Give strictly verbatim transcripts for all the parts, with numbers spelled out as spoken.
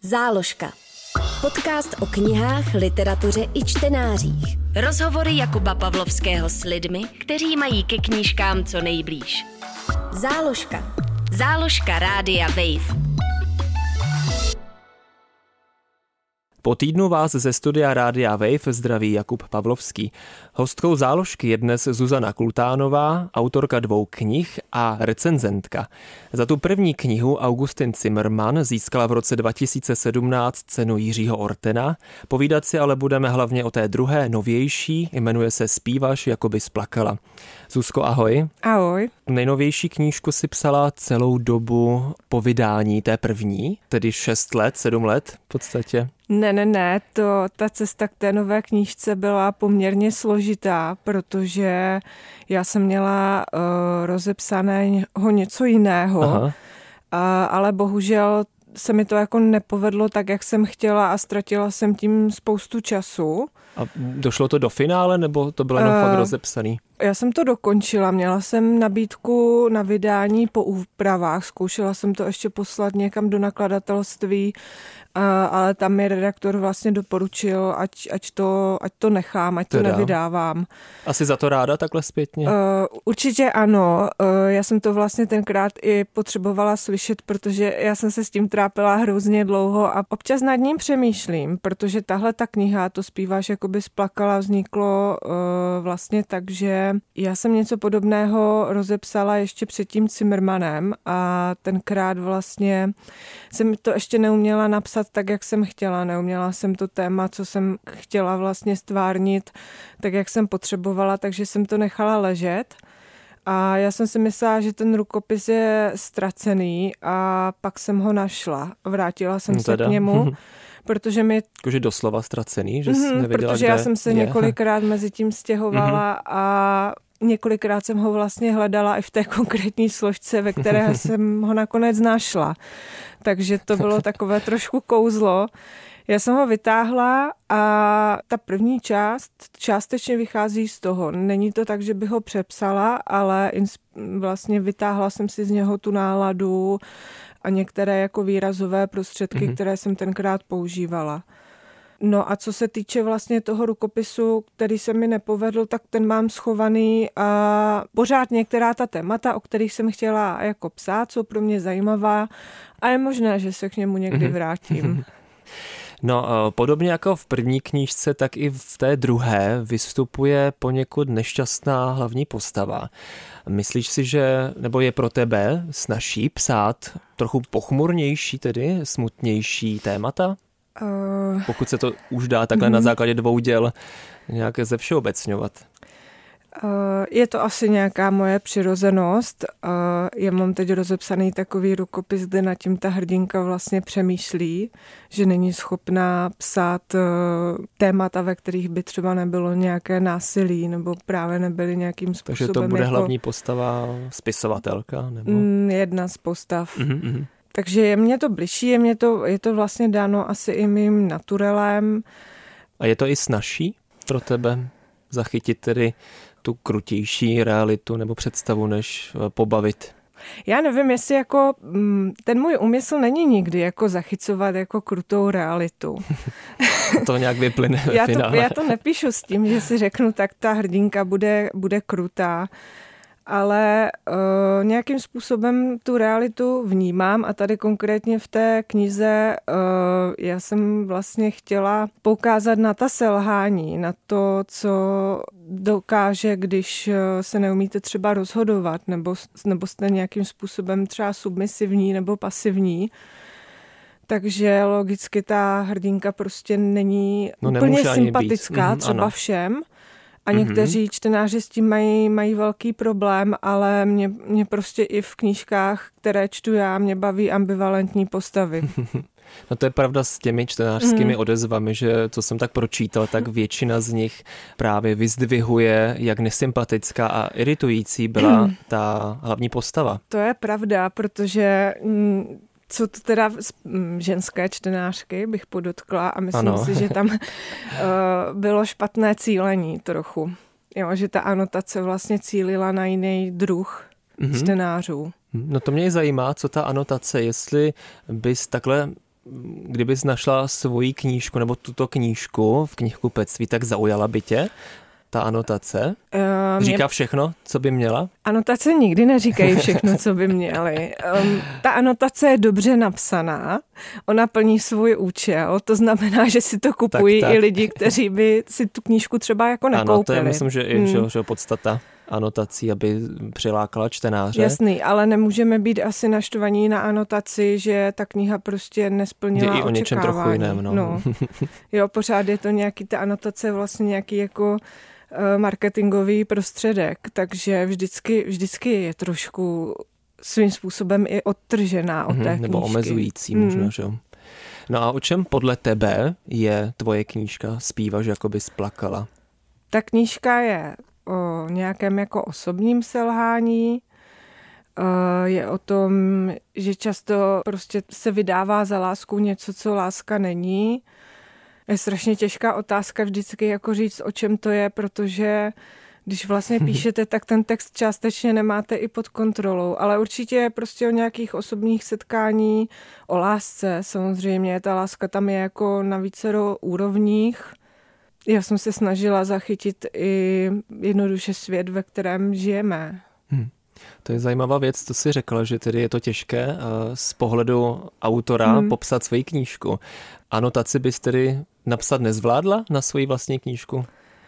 Záložka. Podcast o knihách, literatuře i čtenářích. Rozhovory Jakuba Pavlovského s lidmi, kteří mají ke knížkám co nejblíž. Záložka. Záložka Rádia Wave. Po týdnu vás ze studia Rádia Wave zdraví Jakub Pavlovský. Hostkou záložky je dnes Zuzana Kultánová, autorka dvou knih a recenzentka. Za tu první knihu Augustin Zimmermann získala v roce dva tisíce sedmnáct cenu Jiřího Ortena. Povídat si ale budeme hlavně o té druhé, novější, jmenuje se Zpívaš, jako bys plakala. Zuzko, ahoj. Ahoj. Nejnovější knížku si psala celou dobu po vydání té první, tedy šest let, sedm let v podstatě. Ne, ne, ne, to, ta cesta k té nové knížce byla poměrně složitá, protože já jsem měla uh, rozepsaného něco jiného, uh, ale bohužel se mi to jako nepovedlo tak, jak jsem chtěla a ztratila jsem tím spoustu času. A došlo to do finále, nebo to bylo jenom uh, fakt rozepsaný? Já jsem to dokončila, měla jsem nabídku na vydání po úpravách, zkoušela jsem to ještě poslat někam do nakladatelství, uh, ale tam mi redaktor vlastně doporučil, ať, ať, to, ať to nechám, ať teda to nevydávám. Asi za to ráda takhle zpětně? Uh, určitě ano, uh, já jsem to vlastně tenkrát i potřebovala slyšet, protože já jsem se s tím trápila hrozně dlouho a občas nad ním přemýšlím, protože tahle ta kniha, to Zpíváš, jako bys plakala, vzniklo uh, vlastně tak, že já jsem něco podobného rozepsala ještě před tím Zimmermannem a tenkrát vlastně jsem to ještě neuměla napsat tak, jak jsem chtěla. Neuměla jsem to téma, co jsem chtěla vlastně stvárnit, tak, jak jsem potřebovala, takže jsem to nechala ležet. A já jsem si myslela, že ten rukopis je ztracený a pak jsem ho našla. Vrátila jsem no se k němu. Protože mi... Jakože doslova ztracený, že jsi mm, nevěděla, protože kde já jsem se je. několikrát mezi tím stěhovala mm-hmm. a několikrát jsem ho vlastně hledala i v té konkrétní složce, ve které jsem ho nakonec našla. Takže to bylo takové trošku kouzlo. Já jsem ho vytáhla a ta první část částečně vychází z toho. Není to tak, že bych ho přepsala, ale vlastně vytáhla jsem si z něho tu náladu a některé jako výrazové prostředky, mm-hmm. které jsem tenkrát používala. No a co se týče vlastně toho rukopisu, který se mi nepovedl, tak ten mám schovaný a pořád některá ta témata, o kterých jsem chtěla jako psát, jsou pro mě zajímavá a je možné, že se k němu někdy vrátím. No, podobně jako v první knížce, tak i v té druhé vystupuje poněkud nešťastná hlavní postava. Myslíš si, že, nebo je pro tebe snazší psát trochu pochmurnější, tedy smutnější témata? Uh, Pokud se to už dá takhle uh-huh. na základě dvou děl nějak zevšeobecňovat. Uh, je to asi nějaká moje přirozenost. Uh, já mám teď rozepsaný takový rukopis, kde nad tím ta hrdinka vlastně přemýšlí, že není schopná psát uh, témata, ve kterých by třeba nebylo nějaké násilí, nebo právě nebyly nějakým způsobem. Takže to bude jako hlavní postava spisovatelka? Nebo? Jedna z postav. Uh-huh. Takže je mě to bližší, je, mě to, je to vlastně dáno asi i mým naturelem. A je to i snazší pro tebe zachytit tedy tu krutější realitu nebo představu, než pobavit? Já nevím, jestli jako ten můj úmysl není nikdy jako zachycovat jako krutou realitu. To nějak vyplyne ve já finále. To, já to nepíšu s tím, že si řeknu, tak ta hrdinka bude, bude krutá. Ale uh, nějakým způsobem tu realitu vnímám a tady konkrétně v té knize uh, já jsem vlastně chtěla poukázat na ta selhání, na to, co dokáže, když se neumíte třeba rozhodovat nebo, nebo jste nějakým způsobem třeba submisivní nebo pasivní. Takže logicky ta hrdinka prostě není no, úplně sympatická třeba ano. všem. A někteří čtenáři s tím mají, mají velký problém, ale mě, mě prostě i v knížkách, které čtu já, mě baví ambivalentní postavy. No to je pravda s těmi čtenářskými mm. odezvami, že co jsem tak pročítal, tak většina z nich právě vyzdvihuje, jak nesympatická a iritující byla ta hlavní postava. To je pravda, protože... Mm, co to teda ženské čtenářky bych podotkla a myslím ano. si, že tam uh, bylo špatné cílení trochu. Jo, že ta anotace vlastně cílila na jiný druh mm-hmm. čtenářů. No to mě zajímá, co ta anotace, jestli bys takhle kdybys našla svoji knížku nebo tuto knížku v knihkupectví, tak zaujala by tě ta anotace? Um, Říká všechno, co by měla? Anotace nikdy neříkají všechno, co by měly. Um, ta anotace je dobře napsaná, ona plní svůj účel, to znamená, že si to kupují tak, tak. i lidi, kteří by si tu knížku třeba jako nekoupili. Ano, to je, myslím, že i hmm. že, podstata anotací, aby přilákala čtenáře. Jasný, ale nemůžeme být asi naštvaní na anotaci, že ta kniha prostě nesplnila očekávání. Je i o něčem trochu jiném. No. No. Jo, pořád je to nějaký, ta anotace vlastně nějaký jako marketingový prostředek, takže vždycky, vždycky je trošku svým způsobem i odtržená od té knížky. Nebo omezující možná, mm. že jo. No a o čem podle tebe je tvoje knížka Zpívaš, jako bys plakala? Ta knížka je o nějakém jako osobním selhání, je o tom, že často prostě se vydává za lásku něco, co láska není. Je strašně těžká otázka vždycky jako říct, o čem to je, protože když vlastně píšete, tak ten text částečně nemáte i pod kontrolou, ale určitě je prostě o nějakých osobních setkání, o lásce samozřejmě, ta láska tam je jako na vícero úrovních. Já jsem se snažila zachytit i jednoduše svět, ve kterém žijeme. Hmm. To je zajímavá věc, co jsi řekla, že tedy je to těžké z pohledu autora hmm. popsat svoji knížku. Anotaci bys tedy napsat nezvládla na svoji vlastní knížku?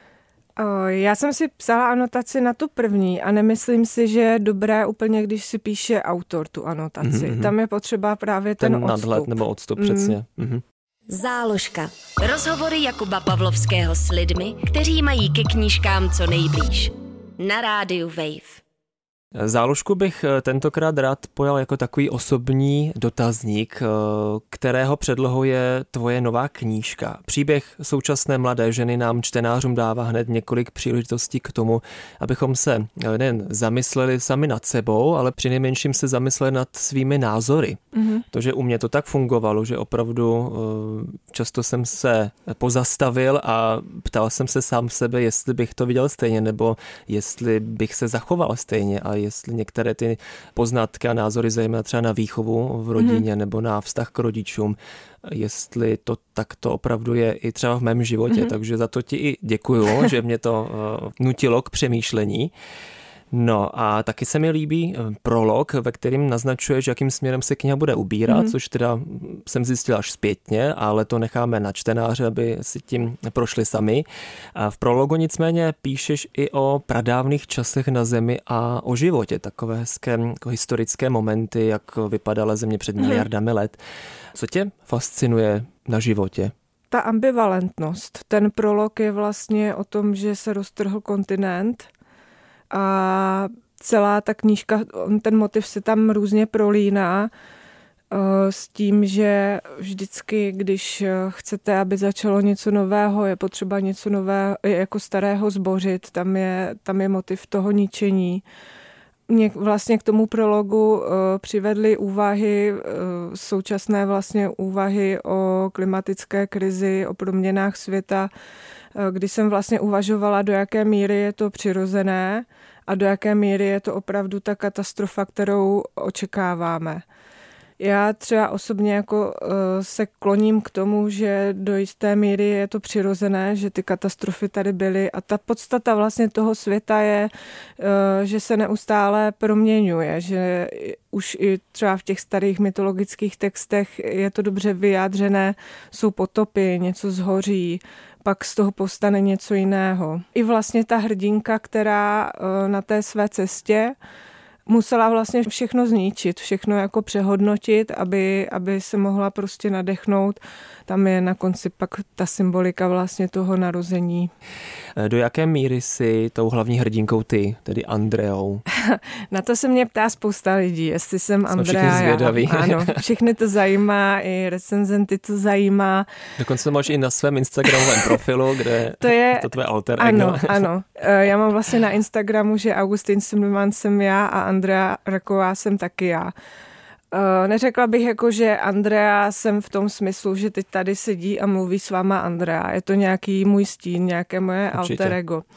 Já jsem si psala anotaci na tu první a nemyslím si, že je dobré úplně, když si píše autor tu anotaci. Mm-hmm. Tam je potřeba právě ten, ten odstup. nadhled nebo odstup, mm. přesně. Mm-hmm. Záložka. Rozhovory Jakuba Pavlovského s lidmi, kteří mají ke knížkám co nejblíž. Na rádiu Wave. Záložku bych tentokrát rád pojal jako takový osobní dotazník, kterého předlohou je tvoje nová knížka. Příběh současné mladé ženy nám čtenářům dává hned několik příležitostí k tomu, abychom se nejen zamysleli sami nad sebou, ale přinejmenším se zamysleli nad svými názory. Mm-hmm. To, že u mě to tak fungovalo, že opravdu často jsem se pozastavil a ptal jsem se sám sebe, jestli bych to viděl stejně, nebo jestli bych se zachoval stejně a jestli některé ty poznatky a názory, zejména třeba na výchovu v rodině mm. nebo na vztah k rodičům, jestli to takto opravdu je i třeba v mém životě. Mm. Takže za to ti i děkuju, že mě to uh, nutilo k přemýšlení. No a taky se mi líbí prolog, ve kterým naznačuješ, jakým směrem se kniha bude ubírat, mm. což teda jsem zjistil až zpětně, ale to necháme na čtenáře, aby si tím prošli sami. A v prologu nicméně píšeš i o pradávných časech na Zemi a o životě, takové hezké jako historické momenty, jak vypadala Země před miliardami mm. let. Co tě fascinuje na životě? Ta ambivalentnost. Ten prolog je vlastně o tom, že se roztrhl kontinent, a celá ta knížka, ten motiv se tam různě prolíná s tím, že vždycky, když chcete, aby začalo něco nového, je potřeba něco nového, jako starého zbořit, tam je, tam je motiv toho ničení. Mě vlastně k tomu prologu přivedly úvahy, současné vlastně úvahy o klimatické krizi, o proměnách světa, kdy jsem vlastně uvažovala, do jaké míry je to přirozené a do jaké míry je to opravdu ta katastrofa, kterou očekáváme. Já třeba osobně jako se kloním k tomu, že do jisté míry je to přirozené, že ty katastrofy tady byly a ta podstata vlastně toho světa je, že se neustále proměňuje, že už i třeba v těch starých mytologických textech je to dobře vyjádřené, jsou potopy, něco zhoří, pak z toho povstane něco jiného. I vlastně ta hrdinka, která na té své cestě musela vlastně všechno zničit, všechno jako přehodnotit, aby, aby se mohla prostě nadechnout. Tam je na konci pak ta symbolika vlastně toho narození. Do jaké míry jsi tou hlavní hrdinkou ty, tedy Andreou? Na to se mě ptá spousta lidí, jestli jsem Jsme Andrea. Všichni zvědaví. Ano, všechny to zajímá, i recenzenty to zajímá. Dokonce to máš i na svém instagramovém profilu, kde to je to tvé alter ego. Ano, ano. Já mám vlastně na Instagramu, že Augustin Simliman jsem já a Andrea Raková jsem taky já. Neřekla bych jako, že Andrea jsem v tom smyslu, že teď tady sedí a mluví s váma Andrea. Je to nějaký můj stín, nějaké moje Určitě. alter ego.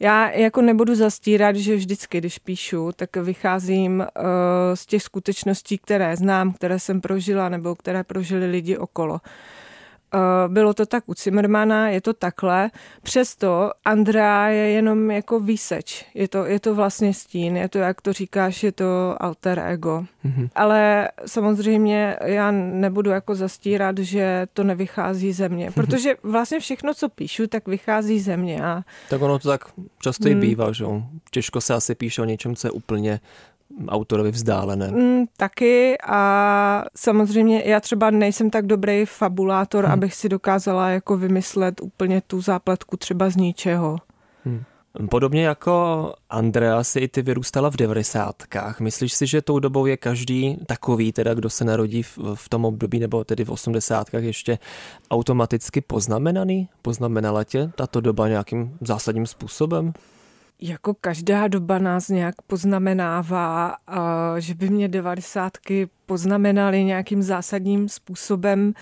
Já jako nebudu zastírat, že vždycky, když píšu, tak vycházím uh, z těch skutečností, které znám, které jsem prožila nebo které prožili lidi okolo. Bylo to tak u Cimrmana, je to takhle. Přesto Andrea je jenom jako výseč. Je to, je to vlastně stín, je to, jak to říkáš, je to alter ego. Mm-hmm. Ale samozřejmě já nebudu jako zastírat, že to nevychází ze mě. Protože vlastně všechno, co píšu, tak vychází ze mě. A... Tak ono to tak často i bývá, že jo? Těžko se asi píše o něčem, co je úplně autorovi vzdálené. Mm, taky a samozřejmě já třeba nejsem tak dobrý fabulátor, hmm. abych si dokázala jako vymyslet úplně tu zápletku třeba z ničeho. Hmm. Podobně jako Andrea si i ty vyrůstala v devadesátkách. Myslíš si, že tou dobou je každý takový, teda kdo se narodí v, v tom období nebo tedy v osmdesátkách ještě automaticky poznamenaný? Poznamenala tě tato doba nějakým zásadním způsobem? Jako každá doba nás nějak poznamenává, a že by mě devadesátky poznamenaly nějakým zásadním způsobem,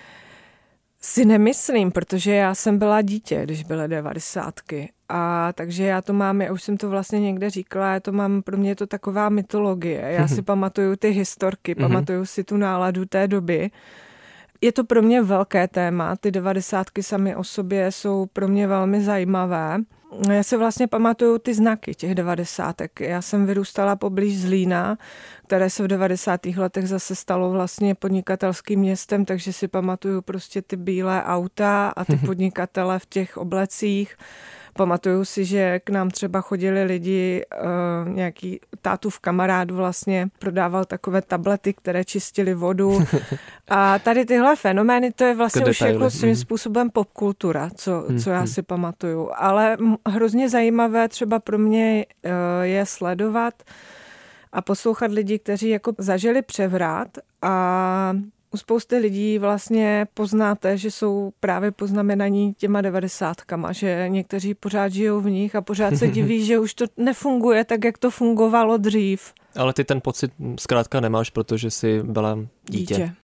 si nemyslím, protože já jsem byla dítě, když byly devadesátky. A takže já to mám, já už jsem to vlastně někde říkala, já to mám, pro mě je to taková mytologie. Já si pamatuju ty historky, pamatuju si tu náladu té doby. Je to pro mě velké téma, ty devadesátky samy o sobě jsou pro mě velmi zajímavé. Já si vlastně pamatuju ty znaky těch devadesátek. Já jsem vyrůstala poblíž Zlína, které se v devadesátých letech zase stalo vlastně podnikatelským městem, takže si pamatuju prostě ty bílé auta a ty podnikatele v těch oblecích. Pamatuju si, že k nám třeba chodili lidi, uh, nějaký tátův kamarád vlastně prodával takové tablety, které čistily vodu. A tady tyhle fenomény, to je vlastně už jako svým způsobem popkultura, co, co já si pamatuju. Ale hrozně zajímavé třeba pro mě uh, je sledovat a poslouchat lidi, kteří jako zažili převrat a u spousty lidí vlastně poznáte, že jsou právě poznamenaní těma devadesátkama, že někteří pořád žijou v nich a pořád se diví, že už to nefunguje tak, jak to fungovalo dřív. Ale ty ten pocit zkrátka nemáš, protože jsi byla dítě. dítě.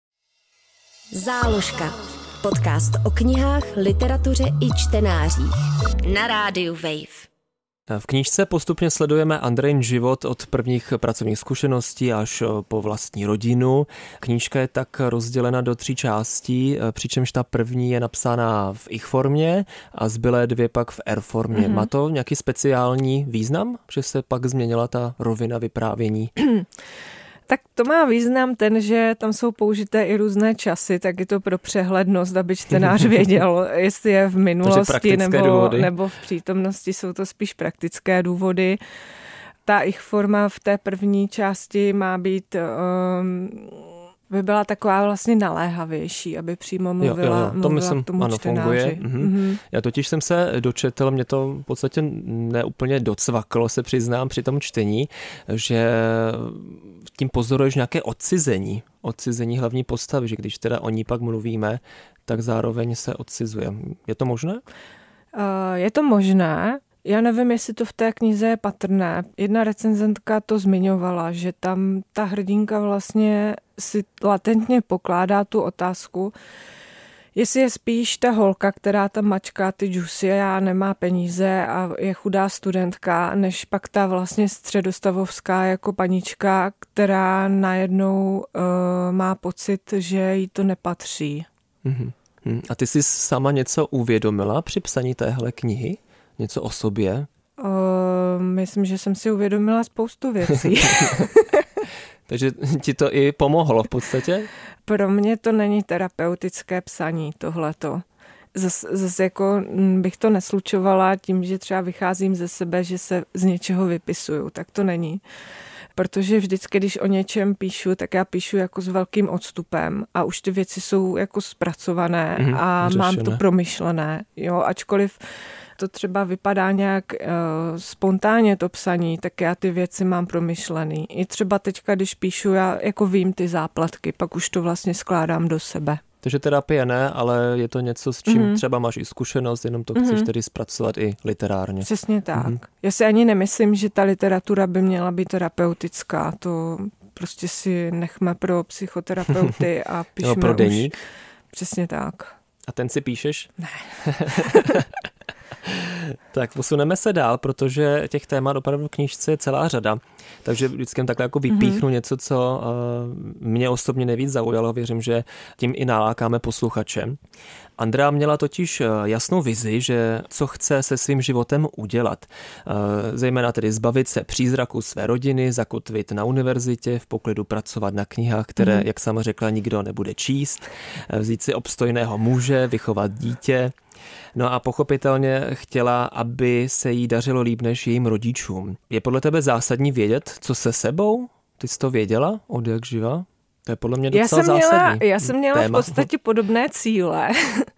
Záložka. Podcast o knihách, literatuře i čtenářích. Na rádiu Wave. V knížce postupně sledujeme Andrein život od prvních pracovních zkušeností až po vlastní rodinu. Knížka je tak rozdělena do tří částí, přičemž ta první je napsána v ich formě a zbylé dvě pak v R formě. Mm-hmm. Má to nějaký speciální význam, že se pak změnila ta rovina vyprávění? Tak to má význam ten, že tam jsou použité i různé časy, tak je to pro přehlednost, aby čtenář věděl, jestli je v minulosti nebo, nebo v přítomnosti, jsou to spíš praktické důvody. Ta ich forma v té první části má být, um, by byla taková vlastně naléhavější, aby přímo mluvila, jo, jo, jo. To mluvila myslím, k tomu ano, čtenáři. Mhm. Mm-hmm. Já totiž jsem se dočetl, mě to v podstatě neúplně docvaklo, se přiznám při tom čtení, že tím pozoruješ nějaké odcizení, odcizení hlavní postavy, že když teda o ní pak mluvíme, tak zároveň se odcizuje. Je to možné? Uh, je to možné. Já nevím, jestli to v té knize je patrné. Jedna recenzentka to zmiňovala, že tam ta hrdinka vlastně si latentně pokládá tu otázku, jestli je spíš ta holka, která tam mačká ty džusy a nemá peníze a je chudá studentka, než pak ta vlastně středostavovská jako panička, která najednou uh, má pocit, že jí to nepatří. Mm-hmm. A ty jsi sama něco uvědomila při psaní téhle knihy? Něco o sobě? Uh, myslím, že jsem si uvědomila spoustu věcí. Takže ti to i pomohlo v podstatě? Pro mě to není terapeutické psaní, tohleto. Zase zas jako bych to neslučovala tím, že třeba vycházím ze sebe, že se z něčeho vypisuju, tak to není. Protože vždycky, když o něčem píšu, tak já píšu jako s velkým odstupem a už ty věci jsou jako zpracované mm, a řešené. Mám to promyšlené. Jo, ačkoliv to třeba vypadá nějak uh, spontánně to psaní, tak já ty věci mám promyšlený. I třeba teďka, když píšu, já jako vím ty zápletky, pak už to vlastně skládám do sebe. Takže terapie ne, ale je to něco, s čím mm-hmm. třeba máš i zkušenost, jenom to chceš mm-hmm. tedy zpracovat i literárně. Přesně tak. Mm-hmm. Já si ani nemyslím, že ta literatura by měla být terapeutická. To prostě si nechme pro psychoterapeuty a píšeme pro deník. Už. Přesně tak. A ten si píšeš? Ne. Tak posuneme se dál, protože těch témat opravdu v knížce je celá řada. Takže vždycky takhle jako vypíchnu mm-hmm. něco, co uh, mě osobně nejvíc zaujalo. Věřím, že tím i nalákáme posluchače. Andrea měla totiž jasnou vizi, že co chce se svým životem udělat. Zejména tedy zbavit se přízraku své rodiny, zakotvit na univerzitě, v poklidu pracovat na knihách, které, mm. jak sama řekla, nikdo nebude číst, vzít si obstojného muže, vychovat dítě. No a pochopitelně chtěla, aby se jí dařilo líp než jejím rodičům. Je podle tebe zásadní vědět, co se sebou? Ty jsi to věděla od jak živa? To je podle mě docela já jsem měla, zásadní Já jsem měla téma. v podstatě podobné cíle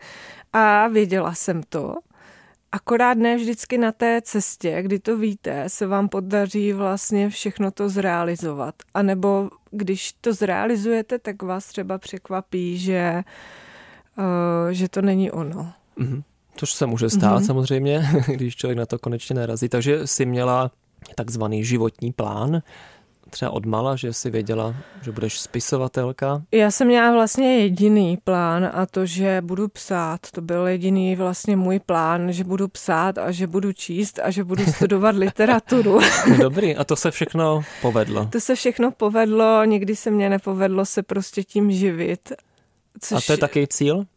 a věděla jsem to. Akorát ne vždycky na té cestě, kdy to víte, se vám podaří vlastně všechno to zrealizovat. A nebo když to zrealizujete, tak vás třeba překvapí, že, uh, že to není ono. Mm-hmm. Což se může stát mm-hmm. samozřejmě, když člověk na to konečně narazí. Takže jsi měla takzvaný životní plán, třeba odmala, že jsi věděla, že budeš spisovatelka? Já jsem měla vlastně jediný plán a to, že budu psát. To byl jediný vlastně můj plán, že budu psát a že budu číst a že budu studovat literaturu. Dobrý, a to se všechno povedlo? To se všechno povedlo, nikdy se mně nepovedlo se prostě tím živit. Což... A to je taky cíl? Uh...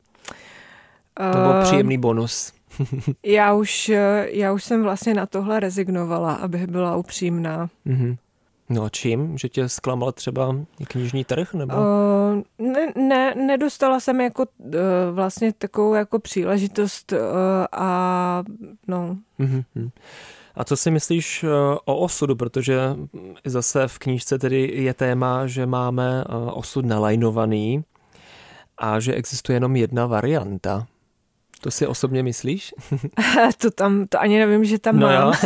Nebo příjemný bonus? já, už, já už jsem vlastně na tohle rezignovala, abych byla upřímná. Mhm. No a čím? Že tě zklamal třeba knižní trh? Nebo? Uh, ne, ne, nedostala jsem jako uh, vlastně takovou jako příležitost uh, a no. Mm-hmm. A co si myslíš uh, o osudu? Protože zase v knížce tedy je téma, že máme uh, osud nalajnovaný a že existuje jenom jedna varianta. To si osobně myslíš? to tam, to ani nevím, že tam no mám. Jo.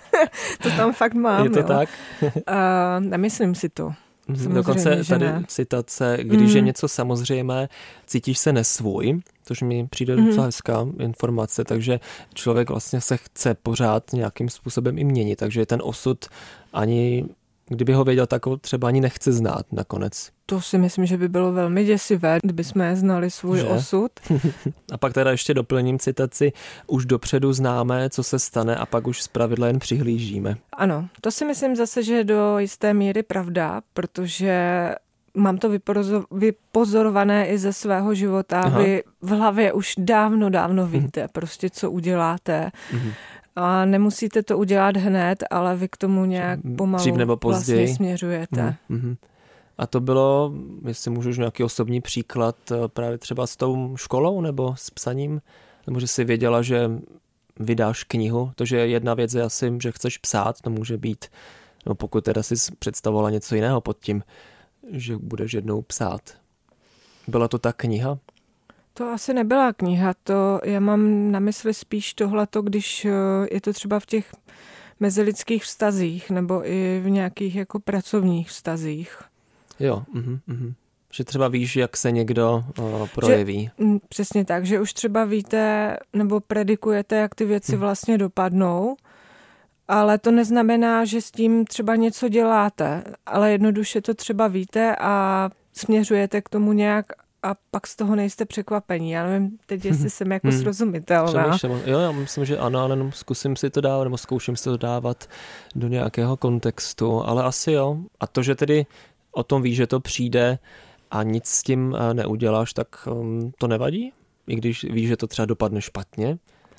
To tam fakt mám. Je to jo. tak? uh, nemyslím si to. Samozřejmě, Dokonce tady ne. citace, když mm. je něco samozřejmé, cítíš se nesvůj, což mi přijde mm. docela hezká informace, takže člověk vlastně se chce pořád nějakým způsobem i měnit, takže ten osud ani, kdyby ho věděl, tak ho třeba ani nechce znát nakonec. To si myslím, že by bylo velmi děsivé, kdyby jsme znali svůj že? osud. A pak teda ještě doplním citaci, už dopředu známe, co se stane a pak už zpravidla jen přihlížíme. Ano, to si myslím zase, že je do jisté míry pravda, protože mám to vypozorované i ze svého života. Aha. Vy v hlavě už dávno, dávno víte prostě, co uděláte. Mhm. A nemusíte to udělat hned, ale vy k tomu nějak pomalu nebo později vlastně směřujete. Mhm. A to bylo, jestli můžu nějaký osobní příklad, právě třeba s tou školou nebo s psaním, nebo že jsi věděla, že vydáš knihu, to, že jedna věc je asi, že chceš psát, to může být, no pokud teda jsi představovala něco jiného pod tím, že budeš jednou psát. Byla to ta kniha? To asi nebyla kniha, to já mám na mysli spíš tohleto, když je to třeba v těch mezilidských vztazích nebo i v nějakých jako pracovních vztazích. Jo, uh-huh, uh-huh. Že třeba víš, jak se někdo uh, projeví. Že, m, přesně tak, že už třeba víte nebo predikujete, jak ty věci hmm. vlastně dopadnou, ale to neznamená, že s tím třeba něco děláte, ale jednoduše to třeba víte a směřujete k tomu nějak a pak z toho nejste překvapení. Já nevím teď, jestli jsem jako hmm. srozumitelná. Jo, já myslím, že ano, ale jenom zkusím si to dávat, nebo zkouším si to dávat do nějakého kontextu, ale asi jo. A to, že tedy o tom víš, že to přijde a nic s tím neuděláš, tak to nevadí? I když víš, že to třeba dopadne špatně?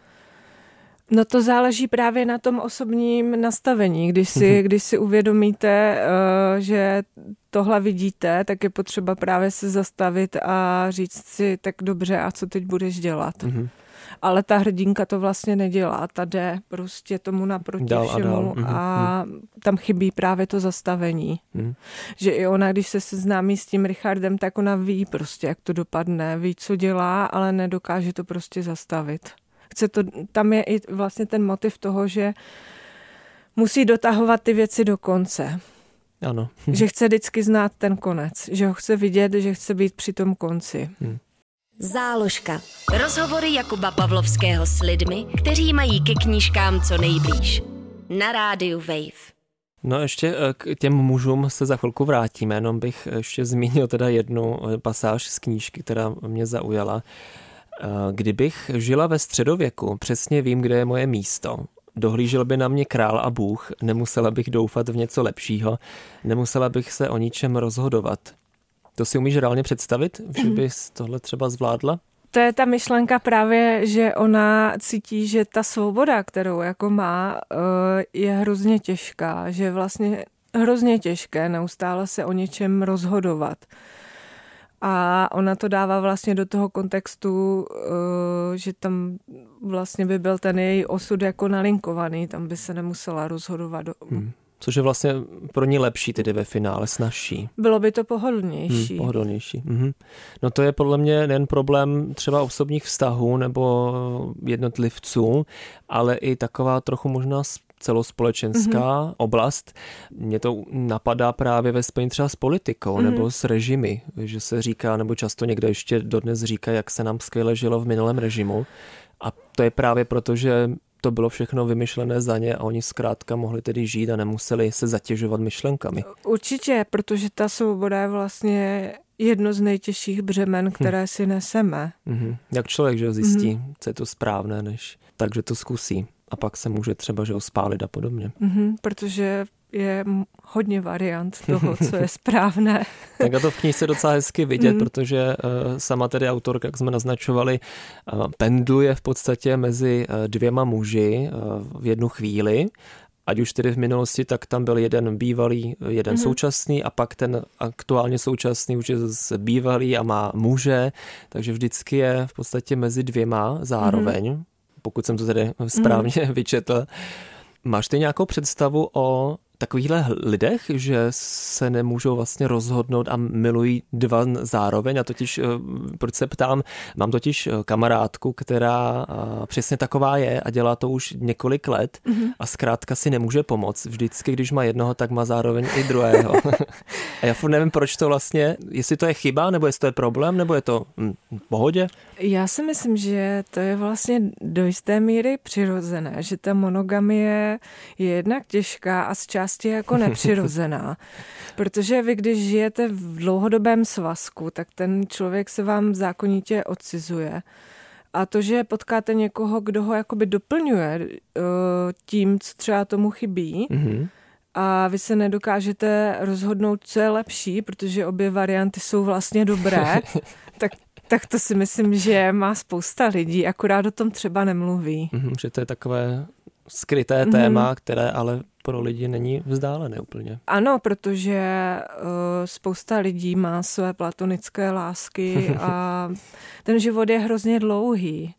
No to záleží právě na tom osobním nastavení. Když si, když si uvědomíte, že tohle vidíte, tak je potřeba právě se zastavit a říct si, tak dobře, a co teď budeš dělat? Mm-hmm. Ale ta hrdinka to vlastně nedělá, ta jde prostě tomu naproti dál všemu a, dál. Mm-hmm. a tam chybí právě to zastavení. Mm. Že i ona, když se seznámí s tím Richardem, tak ona ví prostě, jak to dopadne, ví, co dělá, ale nedokáže to prostě zastavit. Chce to, tam je i vlastně ten motiv toho, že musí dotahovat ty věci do konce. Ano. Že chce vždycky znát ten konec, že ho chce vidět, že chce být při tom konci. Hmm. Záložka. Rozhovory Jakuba Pavlovského s lidmi, kteří mají ke knížkám co nejblíž. Na rádiu Wave. No ještě k těm mužům se za chvilku vrátíme, jenom bych ještě zmínil teda jednu pasáž z knížky, která mě zaujala. Kdybych žila ve středověku, přesně vím, kde je moje místo. Dohlížel by na mě král a Bůh, nemusela bych doufat v něco lepšího, nemusela bych se o ničem rozhodovat. To si umíš reálně představit, že bys tohle třeba zvládla? To je ta myšlenka právě, že ona cítí, že ta svoboda, kterou jako má, je hrozně těžká, že vlastně hrozně těžké neustále se o něčem rozhodovat. A ona to dává vlastně do toho kontextu, že tam vlastně by byl ten její osud jako nalinkovaný, tam by se nemusela rozhodovat. Hmm. Což je vlastně pro ní lepší, tedy ve finále, snazší. Bylo by to pohodlnější. Hmm, pohodlnější. Mhm. No to je podle mě nejen problém třeba osobních vztahů nebo jednotlivců, ale i taková trochu možná celospolečenská mm-hmm. oblast. Mě to napadá právě ve spojení třeba s politikou mm-hmm. nebo s režimy, že se říká, nebo často někdo ještě dodnes říká, jak se nám skvěle žilo v minulém režimu. A to je právě proto, že to bylo všechno vymyšlené za ně a oni zkrátka mohli tedy žít a nemuseli se zatěžovat myšlenkami. Určitě, protože ta svoboda je vlastně jedno z nejtěžších břemen, které hm. si neseme. Mm-hmm. Jak člověk, že zjistí, mm-hmm. co je to správné, než takže to zkusí. A pak se může třeba, že ho spálit a podobně. Mm-hmm, protože je hodně variant toho, co je správné. Tak a to v knižce docela hezky vidět, mm. protože uh, sama tedy autorka, jak jsme naznačovali, uh, pendluje v podstatě mezi uh, dvěma muži uh, v jednu chvíli. Ať už tedy v minulosti, tak tam byl jeden bývalý, jeden mm. současný a pak ten aktuálně současný už je zase bývalý a má muže, takže vždycky je v podstatě mezi dvěma zároveň. Mm. Pokud jsem to tedy správně mm. vyčetl. Máš ty nějakou představu o takovýchhle lidech, že se nemůžou vlastně rozhodnout a milují dva zároveň? A totiž, proč se ptám, mám totiž kamarádku, která přesně taková je a dělá to už několik let mm-hmm. a zkrátka si nemůže pomoct. Vždycky, když má jednoho, tak má zároveň i druhého. A já furt nevím, proč to vlastně, jestli to je chyba, nebo jestli to je problém, nebo je to hm, v pohodě? Já si myslím, že to je vlastně do jisté míry přirozené, že ta monogamie je jednak těžká a z části jako nepřirozená. Protože vy, když žijete v dlouhodobém svazku, tak ten člověk se vám zákonitě odcizuje. A to, že potkáte někoho, kdo ho jakoby doplňuje tím, co třeba tomu chybí, mm-hmm. a vy se nedokážete rozhodnout, co je lepší, protože obě varianty jsou vlastně dobré, tak Tak to si myslím, že má spousta lidí, akorát o tom třeba nemluví. Mm, že to je takové skryté mm. téma, které ale pro lidi není vzdálené úplně. Ano, protože uh, spousta lidí má své platonické lásky a ten život je hrozně dlouhý.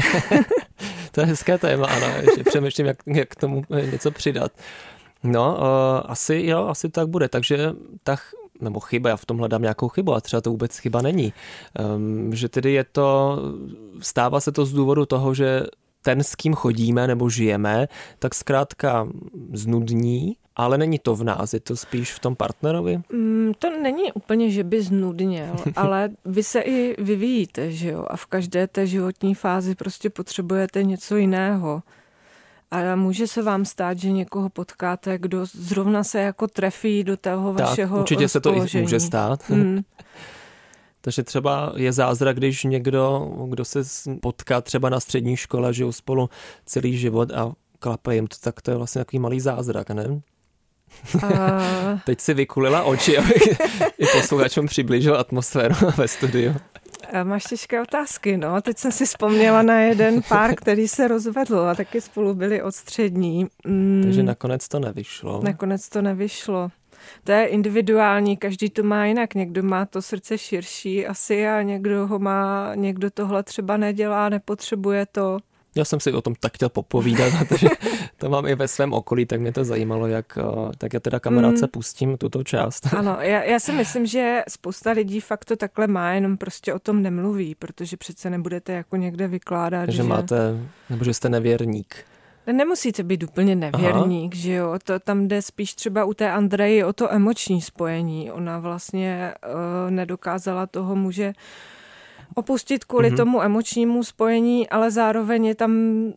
To je hezké téma, ano, ještě přemýšlím, jak, jak k tomu něco přidat. No, uh, asi jo, asi tak bude, takže tak nebo chyba, já v tom hledám nějakou chybu a třeba to vůbec chyba není. Um, že tedy je to, stává se to z důvodu toho, že ten, s kým chodíme nebo žijeme, tak zkrátka znudní, ale není to v nás, je to spíš v tom partnerovi? Mm, to není úplně, že by znudněl, ale vy se i vyvíjíte, že jo, a v každé té životní fázi prostě potřebujete něco jiného. A může se vám stát, že někoho potkáte, kdo zrovna se jako trefí do toho tak, vašeho určitě se to i může stát. Hmm. Takže třeba je zázrak, když někdo, kdo se potká třeba na střední škole, žijou spolu celý život a klape jim to, tak to je vlastně takový malý zázrak, ne? A... Teď si vykulila oči, abych i posluchačům přiblížil atmosféru ve studiu. Máš těžké otázky, no. Teď jsem si vzpomněla na jeden pár, který se rozvedl a taky spolu byli od střední. Mm. Takže nakonec to nevyšlo. Nakonec to nevyšlo. To je individuální, každý to má jinak. Někdo má to srdce širší asi a někdo ho má, někdo tohle třeba nedělá, nepotřebuje to. Já jsem si o tom tak chtěl popovídat, protože to mám i ve svém okolí, tak mě to zajímalo, jak tak já teda kamarádce mm. pustím tuto část. Ano, já, já si myslím, že spousta lidí fakt to takhle má, jenom prostě o tom nemluví, protože přece nebudete jako někde vykládat, že... že máte, nebo že jste nevěrník. Nemusíte být úplně nevěrník, Aha. že jo, to tam jde spíš třeba u té Andreji o to emoční spojení. Ona vlastně uh, nedokázala toho muže opustit kvůli mm-hmm. tomu emočnímu spojení, ale zároveň je tam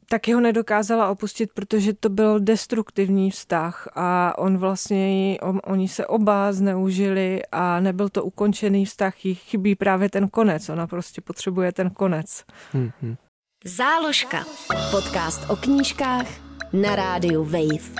taky ho nedokázala opustit, protože to byl destruktivní vztah a on vlastně, on, oni se oba zneužili a nebyl to ukončený vztah, jí chybí právě ten konec, ona prostě potřebuje ten konec. Mm-hmm. Záložka. Podcast o knížkách na rádiu Wave.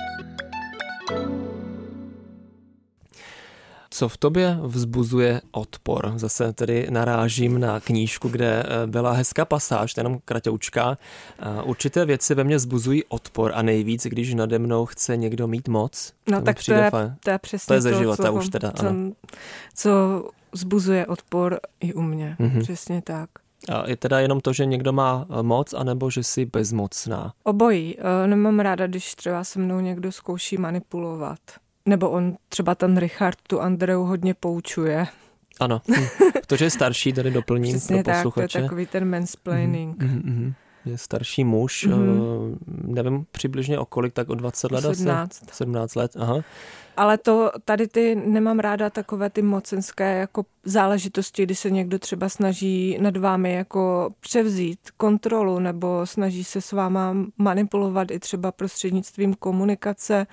Co v tobě vzbuzuje odpor? Zase tedy narážím na knížku, kde byla hezká pasáž, jenom kratoučka. Určité věci ve mně vzbuzují odpor a nejvíc, když nade mnou chce někdo mít moc. No tak to je, to je přesně to, je ze to života co, už teda, co, co vzbuzuje odpor i u mě. Mm-hmm. Přesně tak. A je teda jenom to, že někdo má moc, anebo že jsi bezmocná? Obojí. Nemám ráda, když třeba se mnou někdo zkouší manipulovat. Nebo on, třeba ten Richard, tu Andreu hodně poučuje. Ano, protože je starší, tady doplním přesně pro posluchače. Tak, to je takový ten mansplaining. Mm, mm, mm. Je starší muž, mm. nevím přibližně o kolik, tak o dvacet let sedmnáct. Asi? sedmnáct let, aha. Ale to, tady ty nemám ráda takové ty mocenské jako záležitosti, kdy se někdo třeba snaží nad vámi jako převzít kontrolu nebo snaží se s váma manipulovat i třeba prostřednictvím komunikace.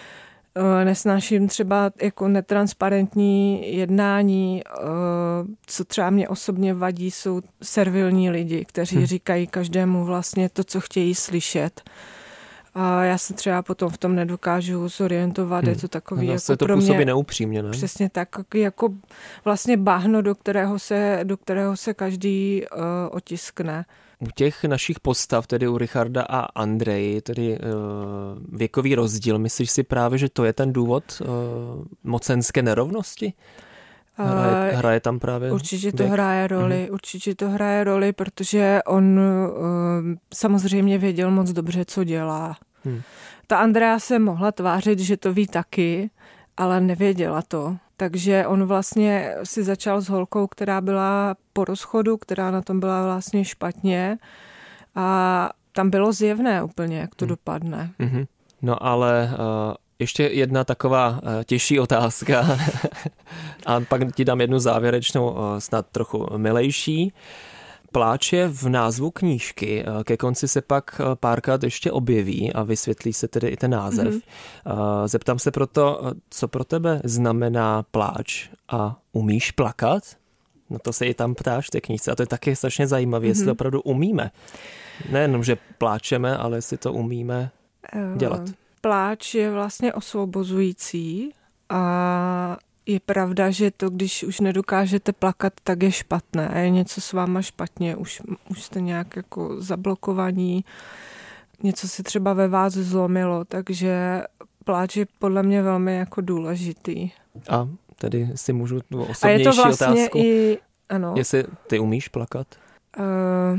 Nesnáším třeba jako netransparentní jednání, co třeba mě osobně vadí, jsou servilní lidi, kteří hmm. říkají každému vlastně to, co chtějí slyšet. A já se třeba potom v tom nedokážu zorientovat, hmm. je to takový no, jako to pro mě... působí neupřímně, ne? Přesně tak, jako vlastně bahno, do kterého se, do kterého se každý uh, otiskne. U těch našich postav, tedy u Richarda a Andreji, tedy uh, věkový rozdíl, myslíš si právě, že to je ten důvod uh, mocenské nerovnosti? Hraje, hraje tam právě Určitě to věk? hraje roli, mm. určitě to hraje roli, protože on uh, samozřejmě věděl moc dobře, co dělá. Hmm. Ta Andrea se mohla tvářit, že to ví taky, ale nevěděla to. Takže on vlastně si začal s holkou, která byla po rozchodu, která na tom byla vlastně špatně a tam bylo zjevné úplně, jak to hmm. dopadne. Mm-hmm. No ale uh, ještě jedna taková uh, těžší otázka a pak ti dám jednu závěrečnou, uh, snad trochu milejší. Pláč je v názvu knížky, ke konci se pak párkrát ještě objeví a vysvětlí se tedy i ten název. Mm-hmm. Zeptám se proto, co pro tebe znamená pláč a umíš plakat? No to se i tam ptáš v té knížce a to je taky strašně zajímavé, mm-hmm. jestli opravdu umíme. Nejenom, že pláčeme, ale jestli to umíme dělat. Pláč je vlastně osvobozující a je pravda, že to, když už nedokážete plakat, tak je špatné a je něco s váma špatně, už, už jste nějak jako zablokovaní, něco se třeba ve vás zlomilo, takže pláč je podle mě velmi jako důležitý. A tedy si můžu tu osobnější a je to vlastně otázku, i, ano. Jestli ty umíš plakat? Uh...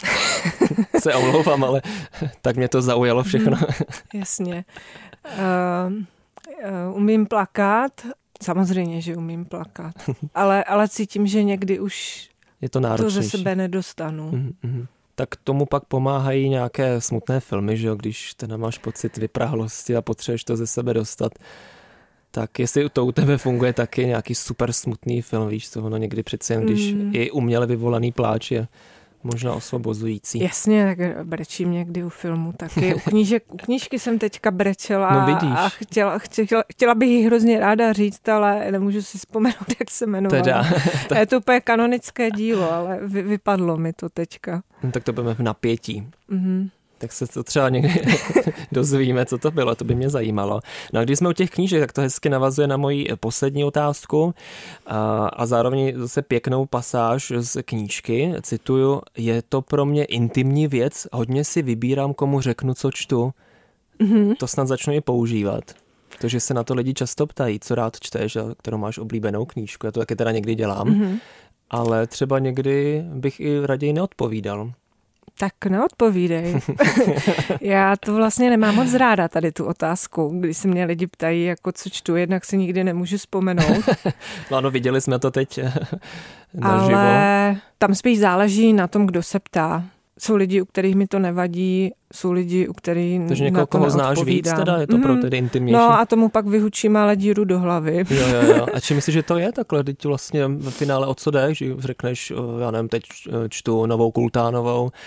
se omlouvám, ale tak mě to zaujalo všechno. Jasně. Uh, uh, umím plakat, samozřejmě, že umím plakat, ale, ale cítím, že někdy už je to, to ze sebe nedostanu. Mm-hmm. Tak tomu pak pomáhají nějaké smutné filmy, že jo, když teda máš pocit vyprahlosti a potřebuješ to ze sebe dostat. Tak jestli to u tebe funguje taky nějaký super smutný film, víš co, ono někdy přece jen, když mm. je uměle vyvolaný pláč, je možná osvobozující. Jasně, tak brečím někdy u filmu taky. U, knížek, u knížky jsem teďka brečela no vidíš. a chtěla, chtěla, chtěla bych ji hrozně ráda říct, ale nemůžu si vzpomenout, jak se jmenovala. Teda. Je to úplně kanonické dílo, ale vy, vypadlo mi to teďka. No, tak to budeme v napětí. Mhm. Tak se to třeba někdy dozvíme, co to bylo, to by mě zajímalo. No a když jsme u těch knížek, tak to hezky navazuje na moji poslední otázku a, a zároveň zase pěknou pasáž z knížky, cituju, je to pro mě intimní věc, hodně si vybírám, komu řeknu, co čtu. Mm-hmm. To snad začnu i používat. Protože se na to lidi často ptají, co rád čteš a kterou máš oblíbenou knížku, já to taky teda někdy dělám, mm-hmm. ale třeba někdy bych i raději neodpovídal. Tak neodpovídej. Já to vlastně nemám moc ráda, tady tu otázku, když se mě lidi ptají, jako co čtu, jednak si nikdy nemůžu vzpomenout. No ano, viděli jsme to teď naživo. Ale tam spíš záleží na tom, kdo se ptá. Jsou lidi, u kterých mi to nevadí, jsou lidi, u kterých Takže někoho, koho znáš víc, teda je to mm-hmm. pro tedy intimnější. No a tomu pak vyhučím ale díru do hlavy. Jo, jo, jo. A či myslíš, že to je takhle? Teď vlastně v finále o co jdeš? Řekneš, já nevím, teď čtu novou Kultánovou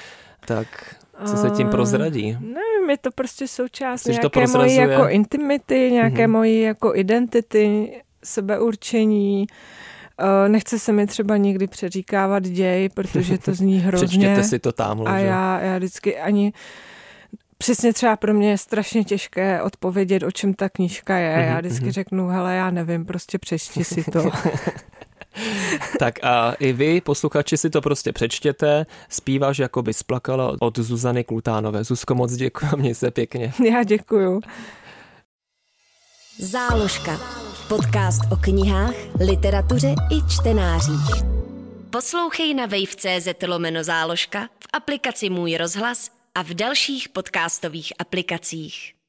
Tak co se tím prozradí? Nevím, je to prostě součást Chceš nějaké mojí jako intimity, nějaké mm-hmm. mojí jako identity, sebeurčení. Nechce se mi třeba nikdy přeříkávat děj, protože to zní hrozně. Přečtěte si to támhle, A já, já vždycky ani... Přesně třeba pro mě je strašně těžké odpovědět, o čem ta knížka je. Mm-hmm. Já vždycky řeknu, hele, já nevím, prostě přečti si to. Tak a i vy, posluchači, si to prostě přečtěte. Zpíváš, jako by splakala od Zuzany Klutánové. Zuzko, moc děkuji, měj se pěkně. Já děkuju. Záložka. Podcast o knihách, literatuře i čtenářích. Poslouchej na wave tečka cé zet lomeno záložka, v aplikaci Můj rozhlas a v dalších podcastových aplikacích.